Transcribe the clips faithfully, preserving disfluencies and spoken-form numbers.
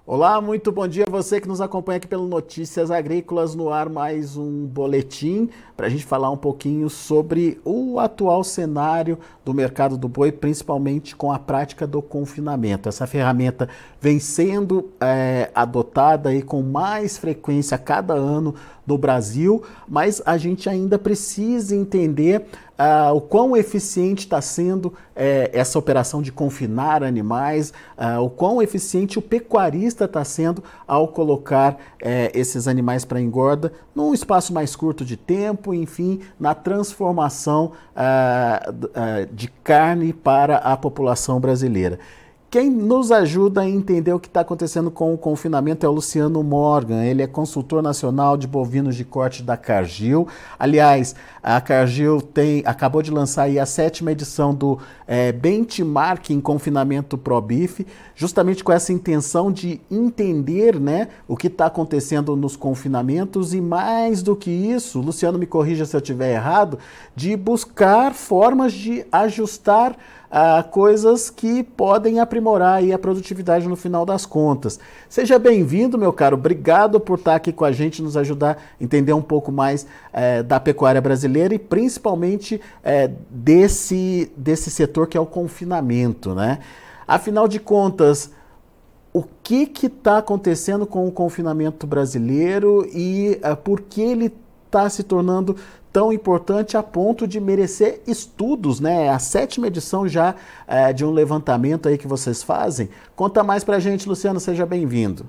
Olá, muito bom dia a você que nos acompanha aqui pelo Notícias Agrícolas, no ar mais um boletim para a gente falar um pouquinho sobre o atual cenário do mercado do boi, principalmente com a prática do confinamento. Essa ferramenta vem sendo é, adotada aí com mais frequência a cada ano no Brasil, mas a gente ainda precisa entender uh, o quão eficiente está sendo uh, essa operação de confinar animais, uh, o quão eficiente o pecuarista está sendo ao colocar uh, esses animais para engorda num espaço mais curto de tempo, enfim, na transformação uh, uh, de carne para a população brasileira. Quem nos ajuda a entender o que está acontecendo com o confinamento é o Luciano Morgan. Ele é consultor nacional de bovinos de corte da Cargill. Aliás, a Cargill tem, acabou de lançar aí a sétima edição do é, Benchmarking Confinamento ProBeef, justamente com essa intenção de entender, né, o que está acontecendo nos confinamentos e, mais do que isso, Luciano, me corrija se eu estiver errado, de buscar formas de ajustar a coisas que podem aprimorar aí a produtividade no final das contas. Seja bem-vindo, meu caro. Obrigado por estar aqui com a gente, nos ajudar a entender um pouco mais é, da pecuária brasileira e principalmente é, desse, desse setor que é o confinamento, né? Afinal de contas, o que está acontecendo com o confinamento brasileiro e uh, por que ele está se tornando tão importante a ponto de merecer estudos, né? A sétima edição já é, de um levantamento aí que vocês fazem. Conta mais pra gente, Luciano, seja bem-vindo.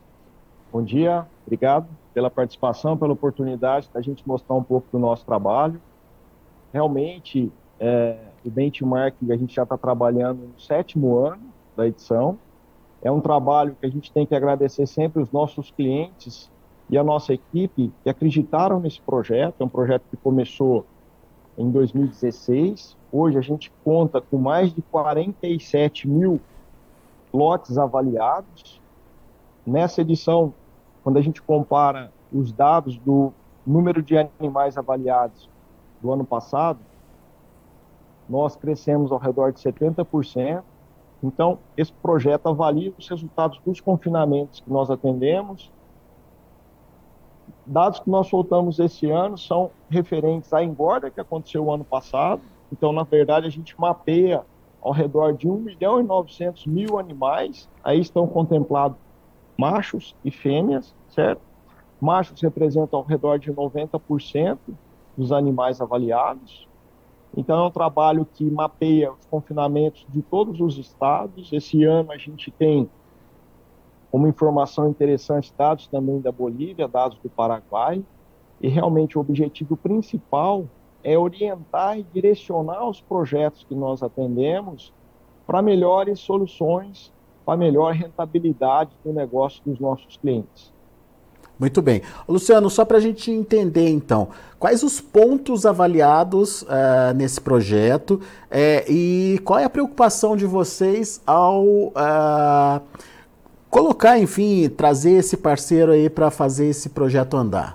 Bom dia, obrigado pela participação, pela oportunidade da gente mostrar um pouco do nosso trabalho. Realmente, é, o benchmarking a gente já está trabalhando no sétimo ano da edição. É um trabalho que a gente tem que agradecer sempre os nossos clientes e a nossa equipe que acreditaram nesse projeto. É um projeto que começou em dois mil e dezesseis. Hoje a gente conta com mais de quarenta e sete mil lotes avaliados. Nessa edição, quando a gente compara os dados do número de animais avaliados do ano passado, nós crescemos ao redor de setenta por cento. Então, esse projeto avalia os resultados dos confinamentos que nós atendemos. Dados que nós soltamos esse ano são referentes à engorda que aconteceu o ano passado. Então, na verdade, a gente mapeia ao redor de um milhão e novecentos mil animais. Aí estão contemplados machos e fêmeas, certo? Machos representam ao redor de noventa por cento dos animais avaliados. Então, é um trabalho que mapeia os confinamentos de todos os estados. Esse ano a gente tem uma informação interessante, dados também da Bolívia, dados do Paraguai, e realmente o objetivo principal é orientar e direcionar os projetos que nós atendemos para melhores soluções, para melhor rentabilidade do negócio dos nossos clientes. Muito bem. Luciano, só para a gente entender então, quais os pontos avaliados uh, nesse projeto uh, e qual é a preocupação de vocês ao uh, colocar, enfim, trazer esse parceiro aí para fazer esse projeto andar?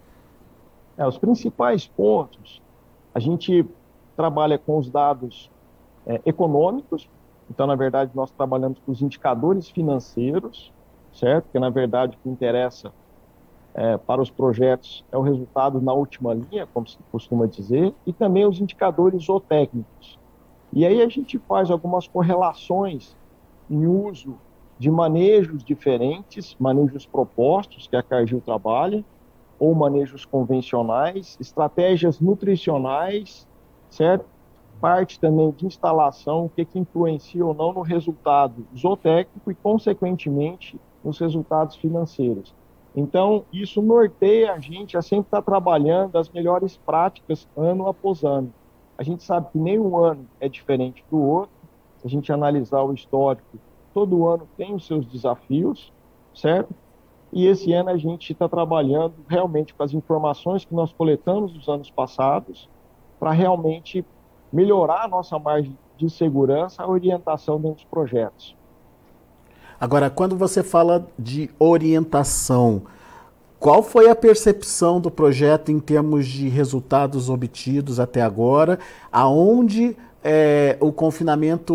É, os principais pontos, a gente trabalha com os dados é, econômicos. Então, na verdade, nós trabalhamos com os indicadores financeiros, certo? Porque, na verdade, o que interessa é, para os projetos é o resultado na última linha, como se costuma dizer, e também os indicadores zootécnicos. E aí a gente faz algumas correlações em uso de manejos diferentes, manejos propostos, que a Cargill trabalha, ou manejos convencionais, estratégias nutricionais, certo? Parte também de instalação, o que, que influencia ou não no resultado zootécnico e, consequentemente, nos resultados financeiros. Então, isso norteia a gente a sempre estar trabalhando as melhores práticas ano após ano. A gente sabe que nenhum ano é diferente do outro. Se a gente analisar o histórico, todo ano tem os seus desafios, certo? E esse ano a gente está trabalhando realmente com as informações que nós coletamos dos anos passados para realmente melhorar a nossa margem de segurança, a orientação dentro dos projetos. Agora, quando você fala de orientação, qual foi a percepção do projeto em termos de resultados obtidos até agora? Aonde é, o confinamento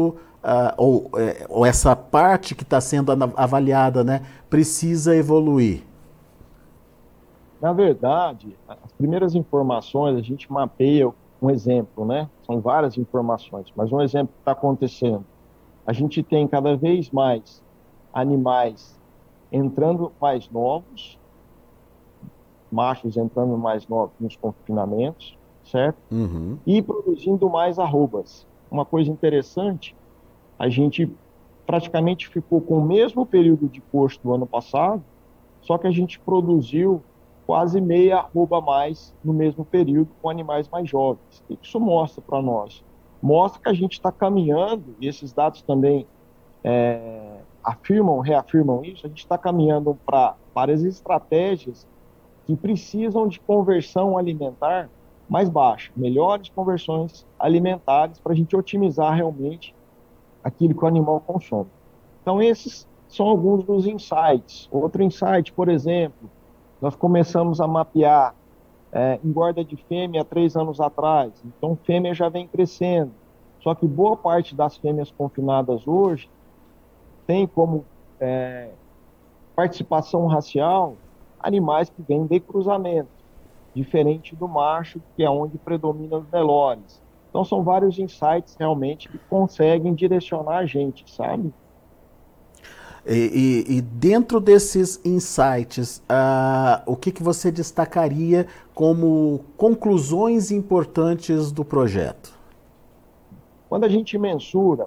uh, ou, é, ou essa parte que está sendo avaliada, né, precisa evoluir? Na verdade, as primeiras informações, a gente mapeia um exemplo, né? São várias informações, mas um exemplo que está acontecendo. A gente tem cada vez mais animais entrando mais novos, machos entrando mais novos nos confinamentos, certo? Uhum. E produzindo mais arrobas. Uma coisa interessante, a gente praticamente ficou com o mesmo período de coxo do ano passado, só que a gente produziu quase meia arroba a mais no mesmo período com animais mais jovens. O que isso mostra para nós? Mostra que a gente está caminhando, e esses dados também é, afirmam, reafirmam isso, a gente está caminhando pra, para as estratégias que precisam de conversão alimentar mais baixa, melhores conversões alimentares para a gente otimizar realmente aquilo que o animal consome. Então, esses são alguns dos insights. Outro insight, por exemplo, nós começamos a mapear é, engorda de fêmea há três anos atrás. Então, fêmea já vem crescendo. Só que boa parte das fêmeas confinadas hoje tem como é, participação racial animais que vêm de cruzamento, diferente do macho, que é onde predominam os Nelores. Então, são vários insights realmente que conseguem direcionar a gente, sabe? E, e, e dentro desses insights, uh, o que, que você destacaria como conclusões importantes do projeto? Quando a gente mensura,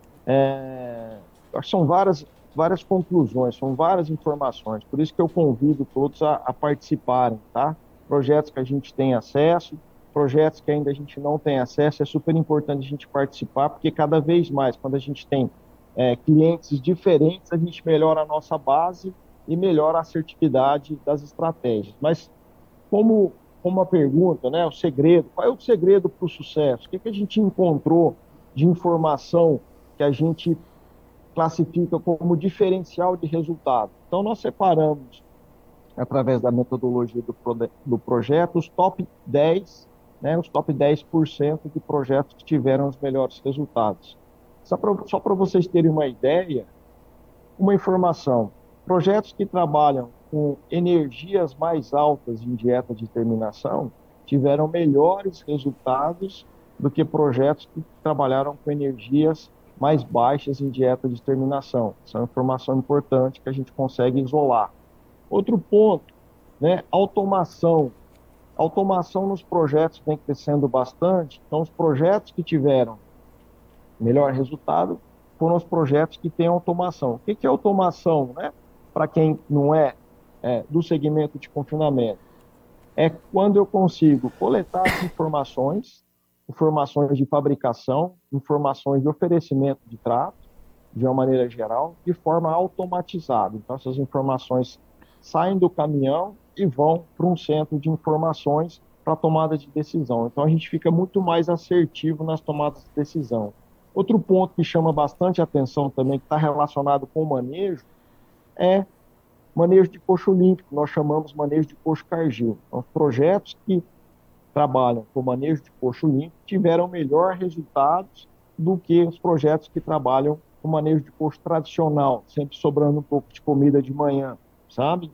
é, são várias, várias conclusões, são várias informações, por isso que eu convido todos a, a participarem, tá? Projetos que a gente tem acesso, projetos que ainda a gente não tem acesso, é super importante a gente participar, porque cada vez mais, quando a gente tem é, clientes diferentes, a gente melhora a nossa base e melhora a assertividade das estratégias. Mas como, como uma pergunta, né, o segredo, qual é o segredo para o sucesso? O que, que a gente encontrou de informação que a gente classifica como diferencial de resultado? Então, nós separamos, através da metodologia do, pro, do projeto, os top dez, né, os top dez por cento de projetos que tiveram os melhores resultados. Só para só para vocês terem uma ideia, uma informação, projetos que trabalham com energias mais altas em dieta de terminação tiveram melhores resultados do que projetos que trabalharam com energias mais baixas em dieta de terminação. Essa é uma informação importante que a gente consegue isolar. Outro ponto, né, automação. Automação nos projetos vem crescendo bastante, então os projetos que tiveram melhor resultado foram os projetos que têm automação. O que é automação, né? Para quem não é, é do segmento de confinamento, é quando eu consigo coletar as informações, informações de fabricação, informações de oferecimento de trato, de uma maneira geral, de forma automatizada. Então, essas informações saem do caminhão e vão para um centro de informações para tomada de decisão. Então, a gente fica muito mais assertivo nas tomadas de decisão. Outro ponto que chama bastante atenção também, que está relacionado com o manejo, é manejo de coxo olímpico, nós chamamos manejo de coxo cargil. Então, os projetos que trabalham com manejo de coxo olímpico tiveram melhor resultados do que os projetos que trabalham com manejo de coxo tradicional, sempre sobrando um pouco de comida de manhã, sabe?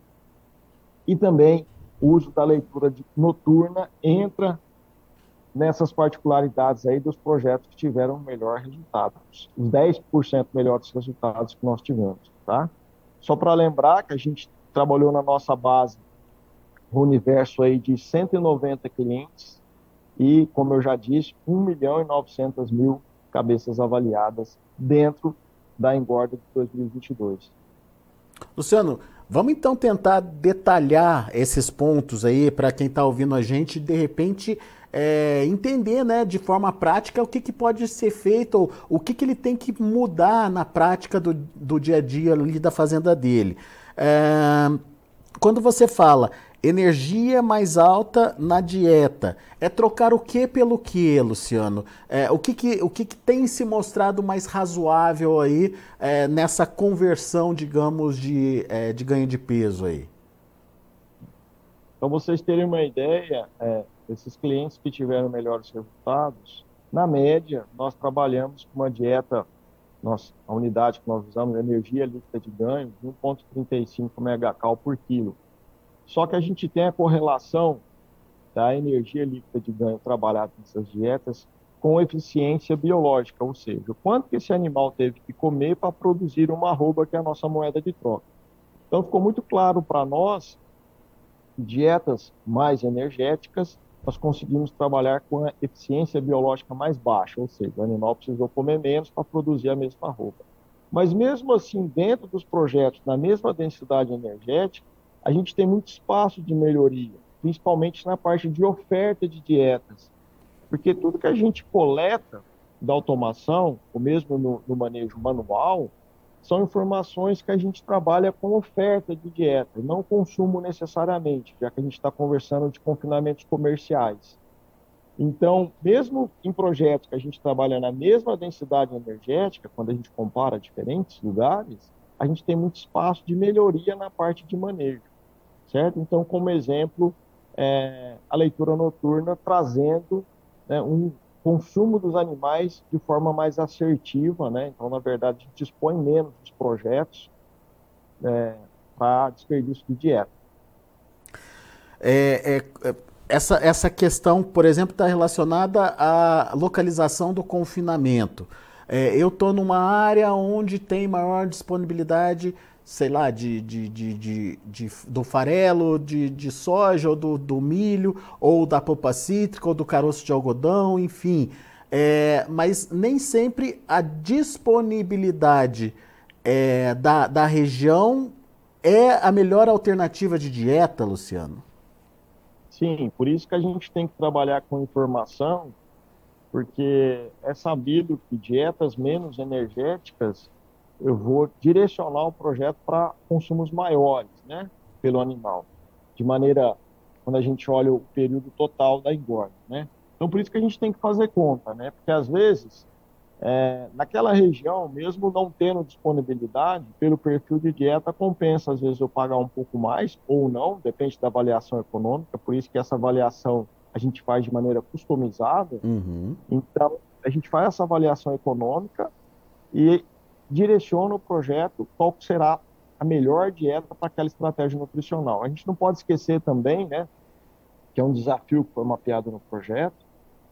E também o uso da leitura de, noturna entra nessas particularidades aí dos projetos que tiveram melhor resultado. Os dez por cento melhores resultados que nós tivemos, tá? Só para lembrar que a gente trabalhou na nossa base um universo aí de cento e noventa clientes e, como eu já disse, um milhão e novecentas mil cabeças avaliadas dentro da engorda de dois mil e vinte e dois. Luciano, vamos então tentar detalhar esses pontos aí para quem está ouvindo a gente, de repente é, entender, né, de forma prática o que, que pode ser feito, ou o que, que ele tem que mudar na prática do, do dia a dia ali da fazenda dele. É, quando você fala energia mais alta na dieta, é trocar o que pelo que, Luciano? É, o que, que, o que, que tem se mostrado mais razoável aí é, nessa conversão, digamos, de, é, de ganho de peso aí? Para vocês terem uma ideia, é, esses clientes que tiveram melhores resultados, na média, nós trabalhamos com uma dieta Nós, a unidade que nós usamos é energia líquida de ganho de um vírgula trinta e cinco megacal por quilo. Só que a gente tem a correlação da energia líquida de ganho trabalhada nessas dietas com eficiência biológica, ou seja, o quanto que esse animal teve que comer para produzir uma arroba, que é a nossa moeda de troca. Então, ficou muito claro para nós que dietas mais energéticas, nós conseguimos trabalhar com a eficiência biológica mais baixa, ou seja, o animal precisou comer menos para produzir a mesma arroba. Mas mesmo assim, dentro dos projetos, na mesma densidade energética, a gente tem muito espaço de melhoria, principalmente na parte de oferta de dietas, porque tudo que a gente coleta da automação, ou mesmo no, no manejo manual, são informações que a gente trabalha com oferta de dieta, não consumo necessariamente, já que a gente está conversando de confinamentos comerciais. Então, mesmo em projetos que a gente trabalha na mesma densidade energética, quando a gente compara diferentes lugares, a gente tem muito espaço de melhoria na parte de manejo, certo? Então, como exemplo, é, a leitura noturna trazendo, né, um consumo dos animais de forma mais assertiva, né? Então, na verdade, a gente expõe menos os projetos é, para desperdício de dieta. É, é, é, essa, essa questão, por exemplo, está relacionada à localização do confinamento. É, eu estou numa área onde tem maior disponibilidade, sei lá, de, de, de, de, de- do farelo, de, de soja, ou do, do milho, ou da polpa cítrica, ou do caroço de algodão, enfim. É, mas nem sempre a disponibilidade é, da, da região é a melhor alternativa de dieta, Luciano. Sim, por isso que a gente tem que trabalhar com informação, porque é sabido que dietas menos energéticas, eu vou direcionar o projeto para consumos maiores, né, pelo animal, de maneira, quando a gente olha o período total da engorda, né? Então, por isso que a gente tem que fazer conta, né? Porque às vezes, é, naquela região, mesmo não tendo disponibilidade, pelo perfil de dieta, compensa às vezes eu pagar um pouco mais ou não, depende da avaliação econômica, por isso que essa avaliação a gente faz de maneira customizada. Uhum. Então, a gente faz essa avaliação econômica e direciona o projeto qual será a melhor dieta para aquela estratégia nutricional. A gente não pode esquecer também, né, que é um desafio que foi mapeado no projeto,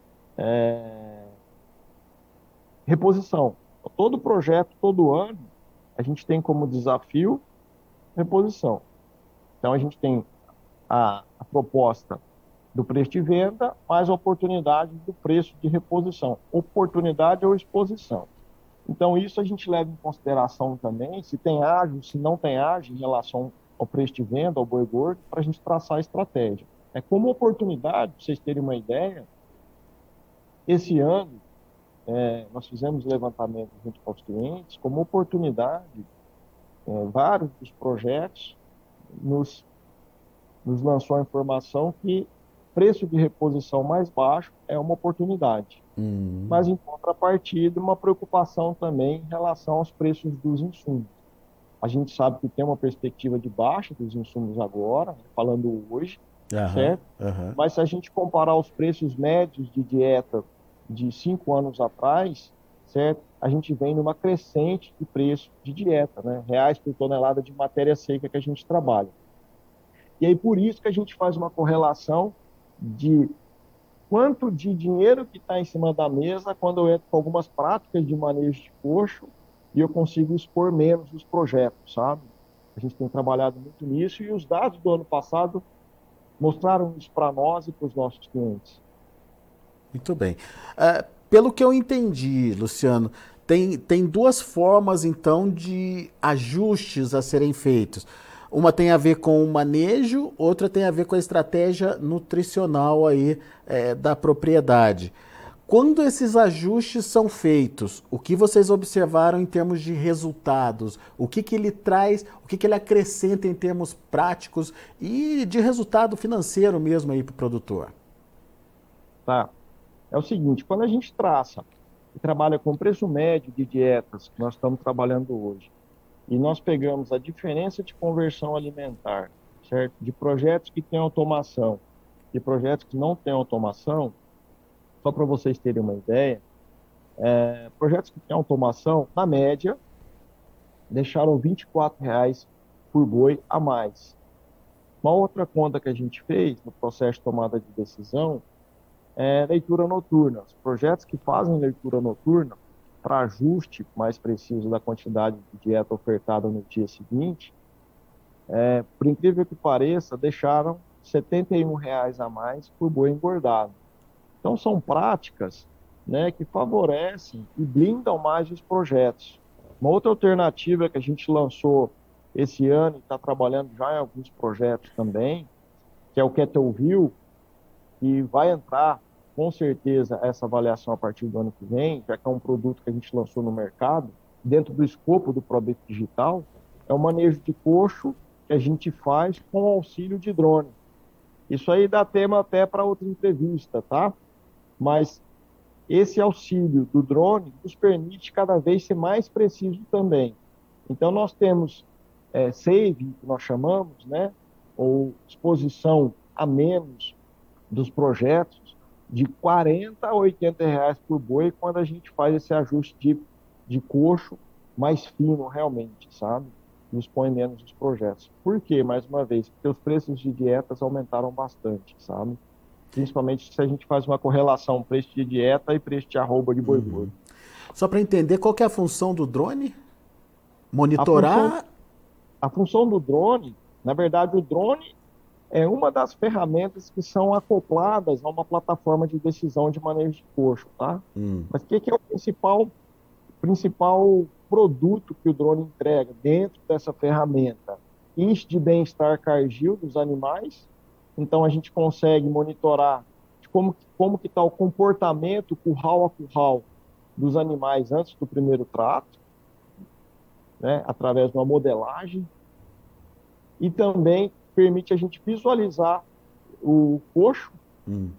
reposição. Todo projeto, todo ano, a gente tem como desafio reposição. Então, a gente tem a, a proposta do preço de venda, mais a oportunidade do preço de reposição. Oportunidade ou exposição. Então, isso a gente leva em consideração também, se tem ágio, se não tem ágio em relação ao preço de venda, ao boi gordo, para a gente traçar a estratégia. É como oportunidade, para vocês terem uma ideia, esse ano, é, nós fizemos levantamento junto com os clientes, como oportunidade, é, vários dos projetos nos, nos lançou a informação que preço de reposição mais baixo é uma oportunidade. Mas, em contrapartida, uma preocupação também em relação aos preços dos insumos. A gente sabe que tem uma perspectiva de baixa dos insumos agora, né, falando hoje, Aham, certo? aham. Mas se a gente comparar os preços médios de dieta de cinco anos atrás, certo? A gente vem numa crescente de preço de dieta, né? Reais por tonelada de matéria seca que a gente trabalha. E aí, por isso que a gente faz uma correlação de quanto de dinheiro que está em cima da mesa quando eu entro com algumas práticas de manejo de coxo e eu consigo expor menos os projetos, sabe? A gente tem trabalhado muito nisso e os dados do ano passado mostraram isso para nós e para os nossos clientes. Muito bem. Ah, pelo que eu entendi, Luciano, tem, tem duas formas, então, de ajustes a serem feitos. Uma tem a ver com o manejo, outra tem a ver com a estratégia nutricional aí, eh, da propriedade. Quando esses ajustes são feitos, o que vocês observaram em termos de resultados? O que, que ele traz, o que, que ele acrescenta em termos práticos e de resultado financeiro mesmo aí para o produtor? Tá? É o seguinte, quando a gente traça e trabalha com o preço médio de dietas que nós estamos trabalhando hoje, e nós pegamos a diferença de conversão alimentar, certo? De projetos que têm automação e projetos que não têm automação, só para vocês terem uma ideia, É, projetos que têm automação, na média, deixaram vinte e quatro reais por boi a mais. Uma outra conta que a gente fez no processo de tomada de decisão é leitura noturna. Os projetos que fazem leitura noturna, para ajuste mais preciso da quantidade de dieta ofertada no dia seguinte, é, por incrível que pareça, deixaram setenta e um reais a mais por boi engordado. Então, são práticas, né, que favorecem e blindam mais os projetos. Uma outra alternativa que a gente lançou esse ano e está trabalhando já em alguns projetos também, que é o Kettleview, que vai entrar com certeza essa avaliação a partir do ano que vem, já que é um produto que a gente lançou no mercado, dentro do escopo do Probec Digital, é o manejo de coxo que a gente faz com auxílio de drone. Isso aí dá tema até para outra entrevista, tá? Mas esse auxílio do drone nos permite cada vez ser mais preciso também. Então, nós temos é, save, que nós chamamos, né? Ou exposição a menos dos projetos, de quarenta a oitenta reais por boi, quando a gente faz esse ajuste de, de coxo mais fino, realmente, sabe? E expõe menos os projetos. Por quê? Mais uma vez, porque os preços de dietas aumentaram bastante, sabe? Principalmente se a gente faz uma correlação preço de dieta e preço de arroba de boi Uhum. gordo. Só para entender, qual que é a função do drone? A Monitorar? função, a função do drone, na verdade, o drone é uma das ferramentas que são acopladas a uma plataforma de decisão de manejo de coxo, tá? Hum. Mas o que, que é o principal, principal produto que o drone entrega dentro dessa ferramenta? Índice de bem-estar cargil dos animais. Então, a gente consegue monitorar de como, como que está o comportamento curral a curral dos animais antes do primeiro trato, né, através de uma modelagem. E também permite a gente visualizar o coxo, Hum.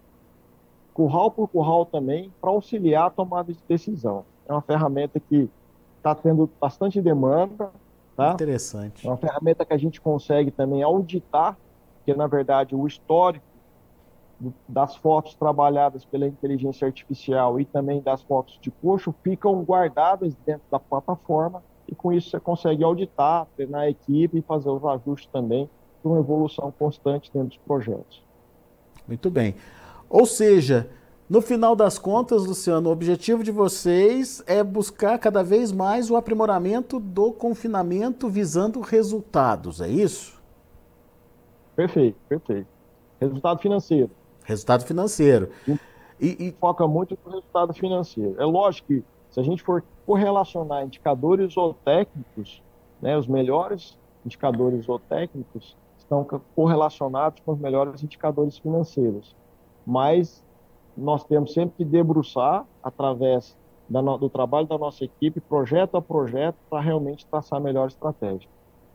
curral por curral também, para auxiliar a tomada de decisão. É uma ferramenta que está tendo bastante demanda, tá? Interessante. É uma ferramenta que a gente consegue também auditar, porque, na verdade, o histórico das fotos trabalhadas pela inteligência artificial e também das fotos de coxo ficam guardadas dentro da plataforma, e com isso você consegue auditar, treinar a equipe e fazer os ajustes também para uma evolução constante dentro dos projetos. Muito bem. Ou seja, no final das contas, Luciano, o objetivo de vocês é buscar cada vez mais o aprimoramento do confinamento visando resultados, é isso? Perfeito, perfeito. Resultado financeiro. Resultado financeiro. E, e foca muito no resultado financeiro. É lógico que se a gente for correlacionar indicadores zootécnicos, né, os melhores indicadores zootécnicos estão correlacionados com os melhores indicadores financeiros. Mas nós temos sempre que debruçar, através da no, do trabalho da nossa equipe, projeto a projeto, para realmente traçar a melhor estratégia.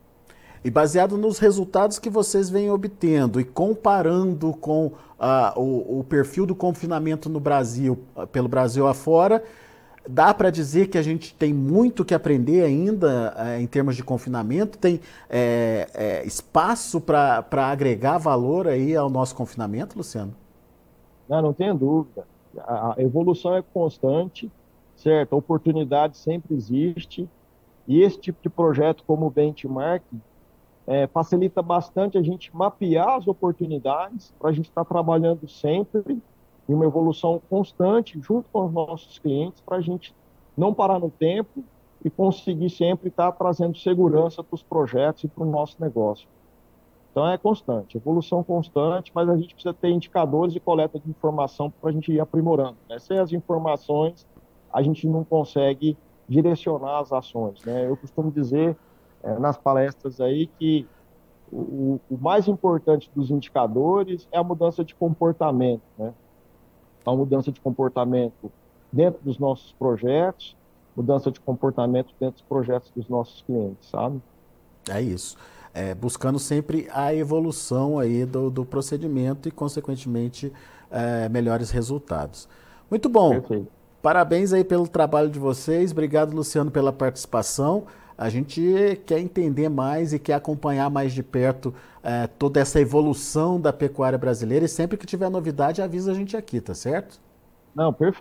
E baseado nos resultados que vocês vêm obtendo e comparando com uh, o, o perfil do confinamento no Brasil, uh, pelo Brasil afora, dá para dizer que a gente tem muito que aprender ainda uh, em termos de confinamento? Tem é, é, espaço para agregar valor aí ao nosso confinamento, Luciano? Não, não tenha dúvida. A evolução é constante, certo? A oportunidade sempre existe. E esse tipo de projeto, como o benchmarking, É, facilita bastante a gente mapear as oportunidades para a gente estar trabalhando sempre em uma evolução constante junto com os nossos clientes, para a gente não parar no tempo e conseguir sempre estar trazendo segurança para os projetos e para o nosso negócio. Então é constante, evolução constante, mas a gente precisa ter indicadores de coleta de informação para a gente ir aprimorando, né? Sem as informações, a gente não consegue direcionar as ações, né? Eu costumo dizer É, nas palestras aí que o, o mais importante dos indicadores é a mudança de comportamento, né? A mudança de comportamento dentro dos nossos projetos, mudança de comportamento dentro dos projetos dos nossos clientes, sabe? É isso. É, buscando sempre a evolução aí do, do procedimento e, consequentemente, é, melhores resultados. Muito bom. Perfeito. Parabéns aí pelo trabalho de vocês. Obrigado, Luciano, pela participação. A gente quer entender mais e quer acompanhar mais de perto é, toda essa evolução da pecuária brasileira, e sempre que tiver novidade avisa a gente aqui, tá certo? Não, perfeito.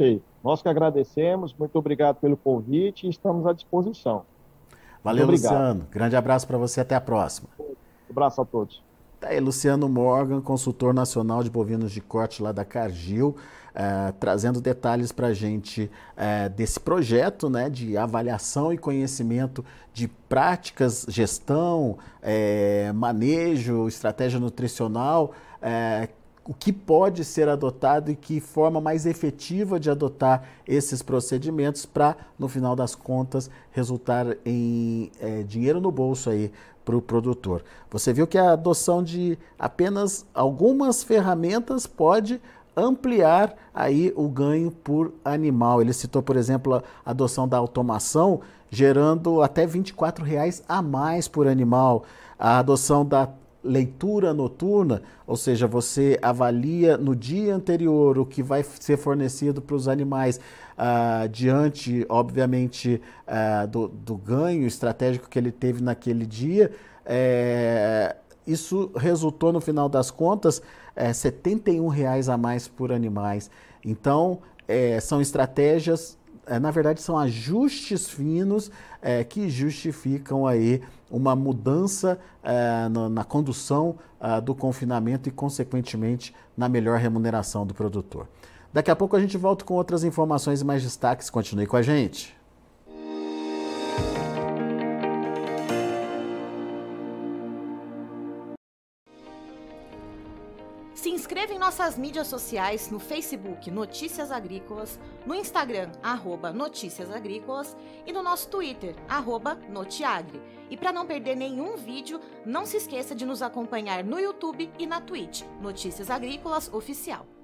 Nós que agradecemos, muito obrigado pelo convite e estamos à disposição. Valeu, Luciano. Grande abraço para você, até a próxima. Um abraço a todos. Tá aí, Luciano Morgan, consultor nacional de bovinos de corte lá da Cargill, eh, trazendo detalhes para a gente eh, desse projeto, né, de avaliação e conhecimento de práticas, gestão, eh, manejo, estratégia nutricional, eh, o que pode ser adotado e que forma mais efetiva de adotar esses procedimentos para, no final das contas, resultar em é, dinheiro no bolso aí para o produtor. Você viu que a adoção de apenas algumas ferramentas pode ampliar aí o ganho por animal. Ele citou, por exemplo, a adoção da automação, gerando até vinte e quatro reais a mais por animal. A adoção da leitura noturna, ou seja, você avalia no dia anterior o que vai ser fornecido para os animais, uh, diante, obviamente, uh, do, do ganho estratégico que ele teve naquele dia. É, isso resultou, no final das contas, é, setenta e um reais a mais por animais. Então, é, são estratégias, é, na verdade, são ajustes finos é, que justificam aí uma mudança é, na, na condução é, do confinamento e, consequentemente, na melhor remuneração do produtor. Daqui a pouco a gente volta com outras informações e mais destaques. Continue com a gente. Se inscreva em nossas mídias sociais, no Facebook Notícias Agrícolas, no Instagram, arroba Notícias Agrícolas e no nosso Twitter, arroba Notiagre. E para não perder nenhum vídeo, não se esqueça de nos acompanhar no YouTube e na Twitch, Notícias Agrícolas Oficial.